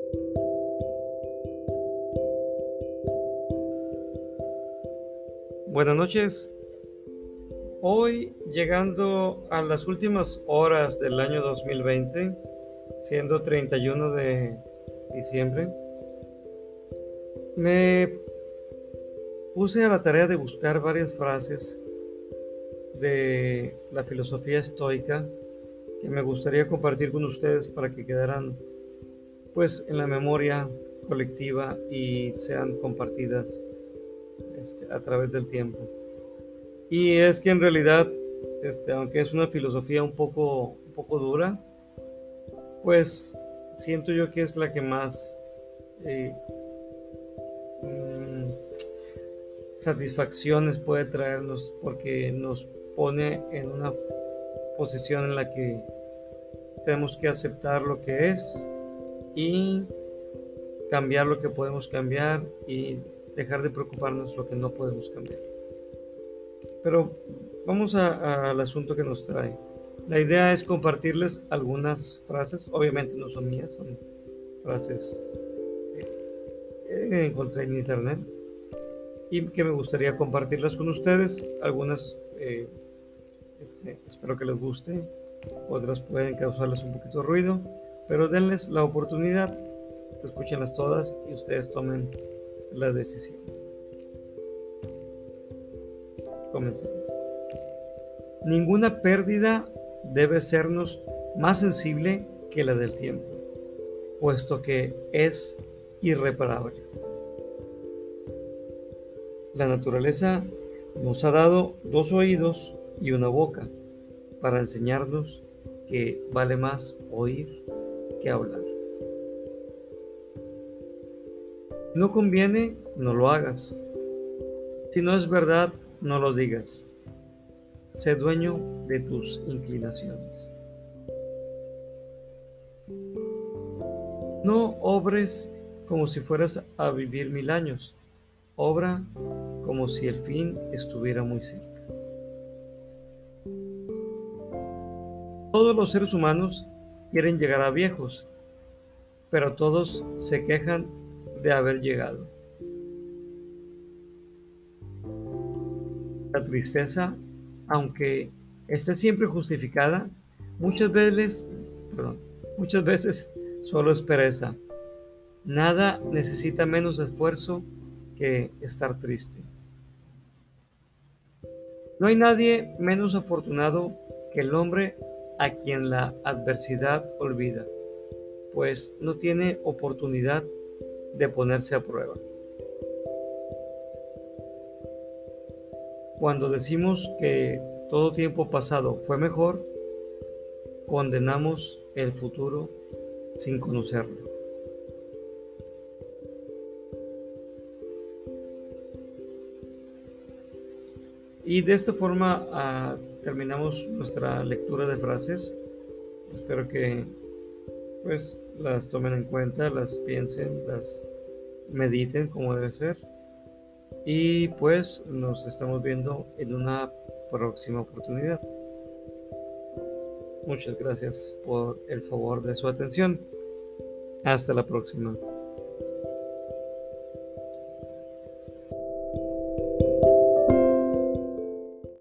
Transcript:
Buenas noches. Hoy, llegando a las últimas horas del año 2020, siendo 31 de diciembre, me puse a la tarea de buscar varias frases de la filosofía estoica que me gustaría compartir con ustedes para que quedaran pues en la memoria colectiva y sean compartidas a través del tiempo. Y es que en realidad, aunque es una filosofía un poco dura, pues siento yo que es la que más eh, mm, satisfacciones puede traernos, porque nos pone en una posición en la que tenemos que aceptar lo que es y cambiar lo que podemos cambiar y dejar de preocuparnos lo que no podemos cambiar. Pero vamos al asunto que nos trae. La idea es compartirles algunas frases, obviamente no son mías, son frases que encontré en internet y que me gustaría compartirlas con ustedes. Algunas espero que les guste, otras pueden causarles un poquito de ruido, pero denles la oportunidad, escúchenlas todas y ustedes tomen la decisión. Comencemos. Ninguna pérdida debe sernos más sensible que la del tiempo, puesto que es irreparable. La naturaleza nos ha dado dos oídos y una boca para enseñarnos que vale más oír que hablar. Si no conviene, no lo hagas. Si no es verdad, no lo digas. Sé dueño de tus inclinaciones. No obres como si fueras a vivir 1000 años. Obra como si el fin estuviera muy cerca. Todos los seres humanos quieren llegar a viejos, pero todos se quejan de haber llegado. La tristeza, aunque esté siempre justificada, muchas veces, muchas veces solo es pereza. Nada necesita menos esfuerzo que estar triste. No hay nadie menos afortunado que el hombre a quien la adversidad olvida, pues no tiene oportunidad de ponerse a prueba. Cuando decimos que todo tiempo pasado fue mejor, condenamos el futuro sin conocerlo. Y de esta forma terminamos nuestra lectura de frases. Espero que pues las tomen en cuenta, las piensen, las mediten como debe ser. Y pues nos estamos viendo en una próxima oportunidad. Muchas gracias por el favor de su atención. Hasta la próxima.